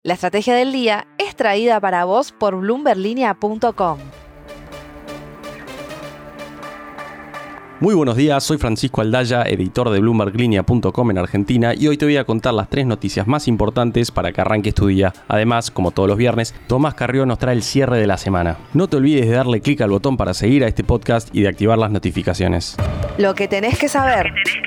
La estrategia del día es traída para vos por bloomberlinia.com. Muy buenos días, soy Francisco Aldaya, editor de bloomberlinia.com en Argentina, y hoy te voy a contar las 3 noticias más importantes para que arranques tu día. Además, como todos los viernes, Tomás Carrió nos trae el cierre de la semana. No te olvides de darle clic al botón para seguir a este podcast y de activar las notificaciones. Lo que tenés que saber.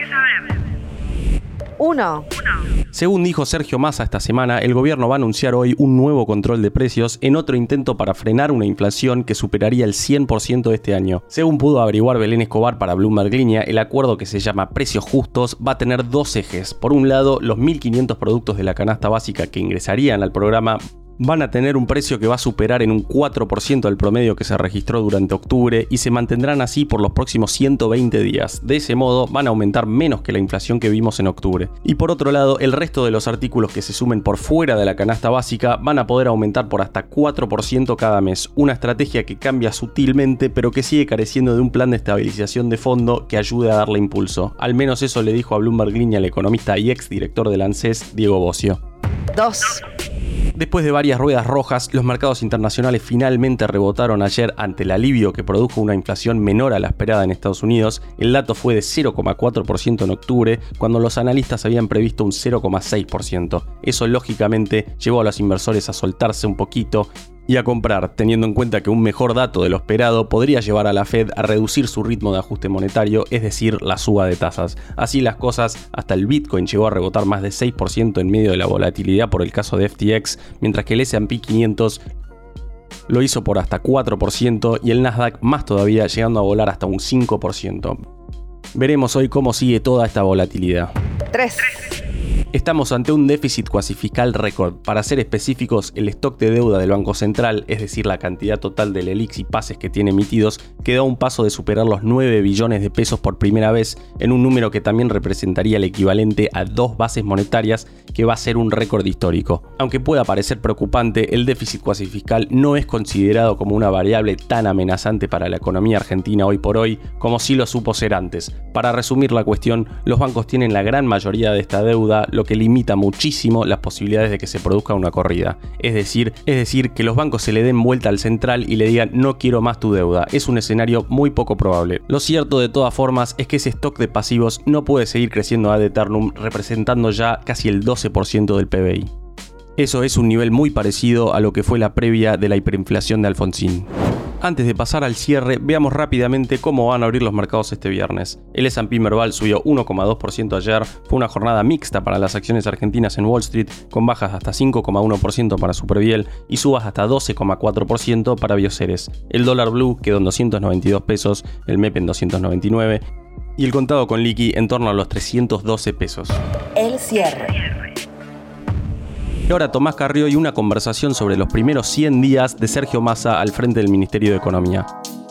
1. Según dijo Sergio Massa esta semana, el gobierno va a anunciar hoy un nuevo control de precios en otro intento para frenar una inflación que superaría el 100% este año. Según pudo averiguar Belén Escobar para Bloomberg Línea, el acuerdo, que se llama Precios Justos, va a tener 2 ejes. Por un lado, los 1.500 productos de la canasta básica que ingresarían al programa van a tener un precio que va a superar en un 4% el promedio que se registró durante octubre y se mantendrán así por los próximos 120 días. De ese modo van a aumentar menos que la inflación que vimos en octubre. Y por otro lado, el resto de los artículos que se sumen por fuera de la canasta básica van a poder aumentar por hasta 4% cada mes. Una estrategia que cambia sutilmente, pero que sigue careciendo de un plan de estabilización de fondo que ayude a darle impulso. Al menos eso le dijo a Bloomberg Línea el economista y exdirector del ANSES, Diego Bocio. 2. Después de varias ruedas rojas, los mercados internacionales finalmente rebotaron ayer ante el alivio que produjo una inflación menor a la esperada en Estados Unidos. El dato fue de 0,4% en octubre, cuando los analistas habían previsto un 0,6%. Eso lógicamente llevó a los inversores a soltarse un poquito y a comprar, teniendo en cuenta que un mejor dato de lo esperado podría llevar a la Fed a reducir su ritmo de ajuste monetario, es decir, la suba de tasas. Así las cosas, hasta el Bitcoin llegó a rebotar más de 6% en medio de la volatilidad por el caso de FTX, mientras que el S&P 500 lo hizo por hasta 4% y el Nasdaq más todavía, llegando a volar hasta un 5%. Veremos hoy cómo sigue toda esta volatilidad. 3. Estamos ante un déficit cuasi fiscal récord. Para ser específicos, el stock de deuda del Banco Central, es decir, la cantidad total de LELIQs y pases que tiene emitidos, quedó a un paso de superar los 9 billones de pesos por primera vez, en un número que también representaría el equivalente a 2 bases monetarias, que va a ser un récord histórico. Aunque pueda parecer preocupante, el déficit cuasi fiscal no es considerado como una variable tan amenazante para la economía argentina hoy por hoy, como sí lo supo ser antes. Para resumir la cuestión, los bancos tienen la gran mayoría de esta deuda, lo que limita muchísimo las posibilidades de que se produzca una corrida. Es decir, que los bancos se le den vuelta al central y le digan no quiero más tu deuda. Es un escenario muy poco probable. Lo cierto de todas formas es que ese stock de pasivos no puede seguir creciendo ad eternum, representando ya casi el 12% del PBI. Eso es un nivel muy parecido a lo que fue la previa de la hiperinflación de Alfonsín. Antes de pasar al cierre, veamos rápidamente cómo van a abrir los mercados este viernes. El S&P Merval subió 1,2% ayer, fue una jornada mixta para las acciones argentinas en Wall Street, con bajas hasta 5,1% para Superviel y subas hasta 12,4% para Bioceres. El dólar blue quedó en 292 pesos, el MEP en 299 y el contado con liqui en torno a los 312 pesos. El cierre. Y ahora Tomás Carrió y una conversación sobre los primeros 100 días de Sergio Massa al frente del Ministerio de Economía.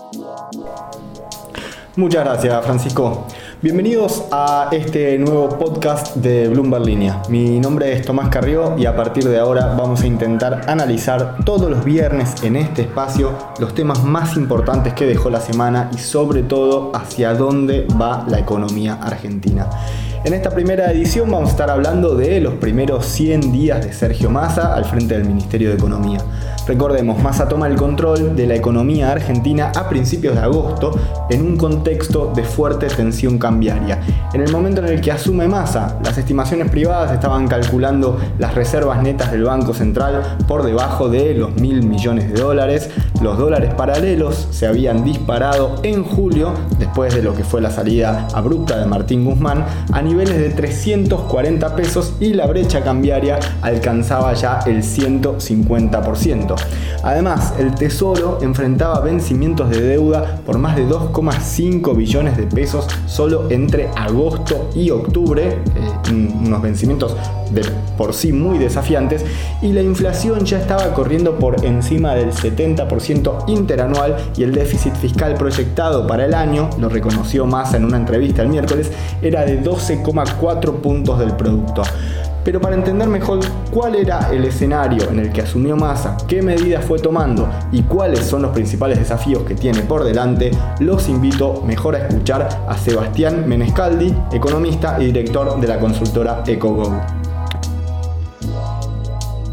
Muchas gracias, Francisco. Bienvenidos a este nuevo podcast de Bloomberg Línea. Mi nombre es Tomás Carrió y a partir de ahora vamos a intentar analizar todos los viernes en este espacio los temas más importantes que dejó la semana y sobre todo hacia dónde va la economía argentina. En esta primera edición vamos a estar hablando de los primeros 100 días de Sergio Massa al frente del Ministerio de Economía. Recordemos, Massa toma el control de la economía argentina a principios de agosto en un contexto de fuerte tensión cambiaria. En el momento en el que asume Massa, las estimaciones privadas estaban calculando las reservas netas del Banco Central por debajo de los $1.000 millones. Los dólares paralelos se habían disparado en julio, después de lo que fue la salida abrupta de Martín Guzmán, a niveles de 340 pesos y la brecha cambiaria alcanzaba ya el 150%. Además, el Tesoro enfrentaba vencimientos de deuda por más de 2,5 billones de pesos solo entre agosto y octubre, unos vencimientos de por sí muy desafiantes, y la inflación ya estaba corriendo por encima del 70% interanual y el déficit fiscal proyectado para el año, lo reconoció Massa en una entrevista el miércoles, era de 12,4 puntos del producto. Pero para entender mejor cuál era el escenario en el que asumió Massa, qué medidas fue tomando y cuáles son los principales desafíos que tiene por delante, los invito mejor a escuchar a Sebastián Menescaldi, economista y director de la consultora EcoGo.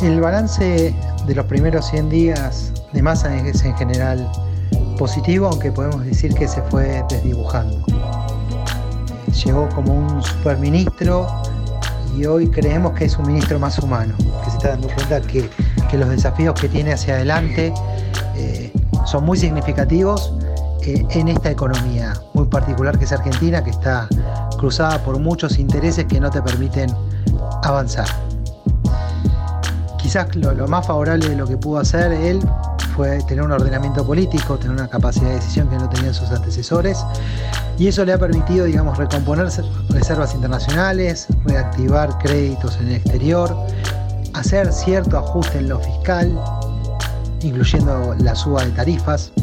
El balance de los primeros 100 días de Massa es en general positivo, aunque podemos decir que se fue desdibujando. Llegó como un superministro y hoy creemos que es un ministro más humano, que se está dando cuenta que los desafíos que tiene hacia adelante son muy significativos en esta economía muy particular que es Argentina, que está cruzada por muchos intereses que no te permiten avanzar. Quizás lo más favorable de lo que pudo hacer él fue tener un ordenamiento político, tener una capacidad de decisión que no tenían sus antecesores, y eso le ha permitido, recomponer reservas internacionales, reactivar créditos en el exterior, hacer cierto ajuste en lo fiscal, incluyendo la suba de tarifas,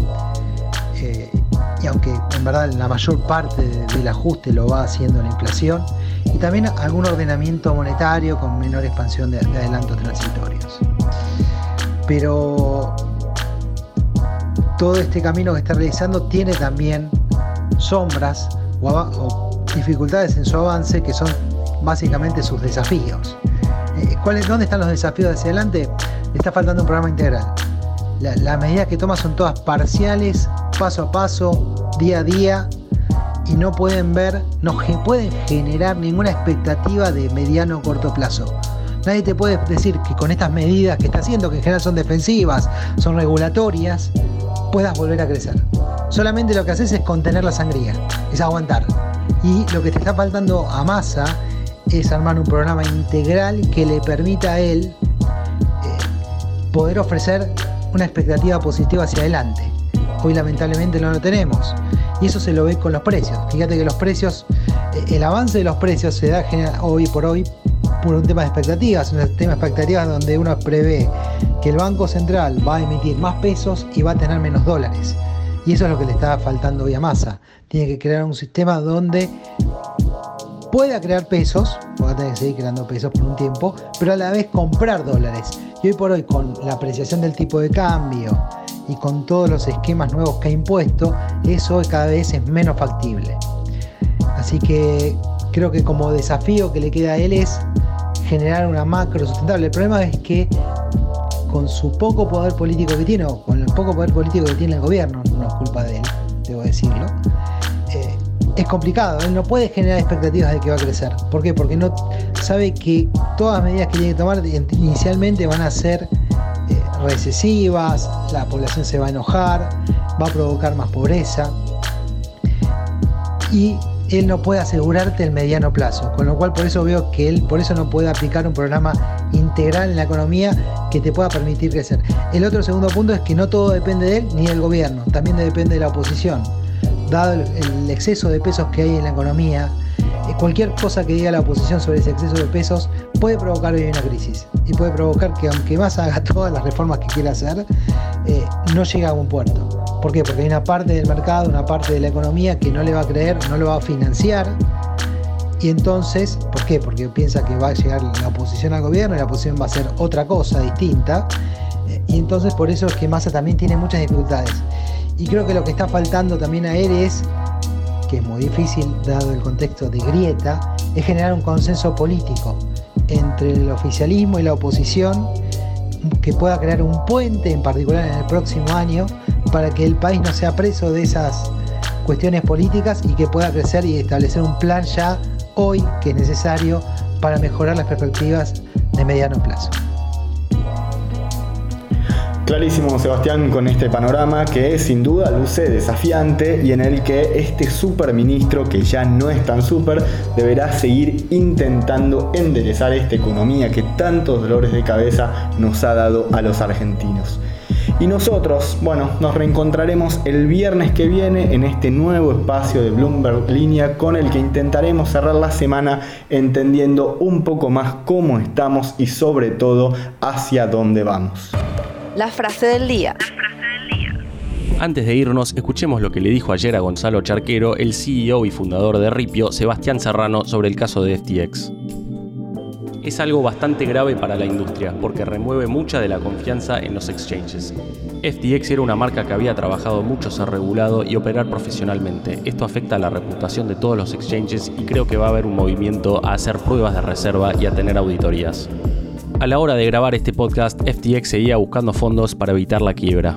y aunque en verdad la mayor parte del ajuste lo va haciendo la inflación, y también algún ordenamiento monetario con menor expansión de adelantos transitorios. Pero todo este camino que está realizando tiene también sombras o dificultades en su avance, que son básicamente sus desafíos. ¿Dónde están los desafíos hacia adelante? Le está faltando un programa integral. Las medidas que toma son todas parciales, paso a paso, día a día, y no pueden generar ninguna expectativa de mediano o corto plazo. Nadie te puede decir que con estas medidas que está haciendo, que en general son defensivas, son regulatorias, puedas volver a crecer. Solamente lo que haces es contener la sangría, es aguantar. Y lo que te está faltando a Massa es armar un programa integral que le permita a él poder ofrecer una expectativa positiva hacia adelante. Hoy lamentablemente no lo tenemos, y eso se lo ve con los precios. Fíjate que los precios, el avance de los precios se da hoy por hoy por un tema de expectativas, un tema de expectativas donde uno prevé que el Banco Central va a emitir más pesos y va a tener menos dólares, y eso es lo que le está faltando hoy a Massa. Tiene que crear un sistema donde pueda crear pesos, va a tener que seguir creando pesos por un tiempo, pero a la vez comprar dólares. Y hoy por hoy, con la apreciación del tipo de cambio y con todos los esquemas nuevos que ha impuesto, eso cada vez es menos factible. Así que creo que como desafío que le queda a él es generar una macro sustentable. El problema es que con su poco poder político que tiene, o con el poco poder político que tiene el gobierno, no es culpa de él, debo decirlo, es complicado. Él no puede generar expectativas de que va a crecer. ¿Por qué? Porque no sabe que todas las medidas que tiene que tomar inicialmente van a ser recesivas, la población se va a enojar, va a provocar más pobreza, y él no puede asegurarte el mediano plazo, con lo cual por eso veo que él por eso no puede aplicar un programa integral en la economía que te pueda permitir crecer. El otro segundo punto es que no todo depende de él ni del gobierno, también depende de la oposición. Dado el exceso de pesos que hay en la economía, cualquier cosa que diga la oposición sobre ese exceso de pesos puede provocar hoy una crisis, y puede provocar que aunque Massa haga todas las reformas que quiera hacer, no llegue a buen puerto. ¿Por qué? Porque hay una parte del mercado, una parte de la economía que no le va a creer, no lo va a financiar, y entonces, ¿por qué? Porque piensa que va a llegar la oposición al gobierno y la oposición va a hacer otra cosa distinta, y entonces por eso es que Massa también tiene muchas dificultades. Y creo que lo que está faltando también a él es, que es muy difícil dado el contexto de grieta, es generar un consenso político entre el oficialismo y la oposición que pueda crear un puente, en particular en el próximo año, para que el país no sea preso de esas cuestiones políticas y que pueda crecer y establecer un plan ya hoy que es necesario para mejorar las perspectivas de mediano plazo. Clarísimo, Sebastián, con este panorama que sin duda luce desafiante y en el que este superministro, que ya no es tan super, deberá seguir intentando enderezar esta economía que tantos dolores de cabeza nos ha dado a los argentinos. Y nosotros, nos reencontraremos el viernes que viene en este nuevo espacio de Bloomberg Línea, con el que intentaremos cerrar la semana entendiendo un poco más cómo estamos y sobre todo hacia dónde vamos. La frase del día. Antes de irnos, escuchemos lo que le dijo ayer a Gonzalo Charquero, el CEO y fundador de Ripio, Sebastián Serrano, sobre el caso de FTX. Es algo bastante grave para la industria, porque remueve mucha de la confianza en los exchanges. FTX era una marca que había trabajado mucho ser regulado y operar profesionalmente. Esto afecta a la reputación de todos los exchanges y creo que va a haber un movimiento a hacer pruebas de reserva y a tener auditorías. A la hora de grabar este podcast, FTX seguía buscando fondos para evitar la quiebra.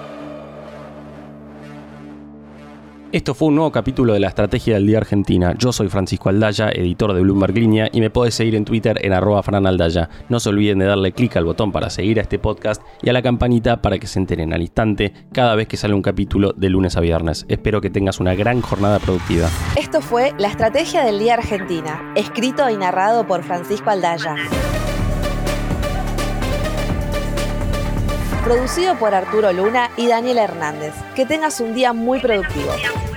Esto fue un nuevo capítulo de la Estrategia del Día Argentina. Yo soy Francisco Aldaya, editor de Bloomberg Línea, y me podés seguir en Twitter en @franaldaya. No se olviden de darle clic al botón para seguir a este podcast y a la campanita para que se enteren al instante cada vez que sale un capítulo de lunes a viernes. Espero que tengas una gran jornada productiva. Esto fue La Estrategia del Día Argentina, escrito y narrado por Francisco Aldaya. Producido por Arturo Luna y Daniel Hernández. Que tengas un día muy productivo.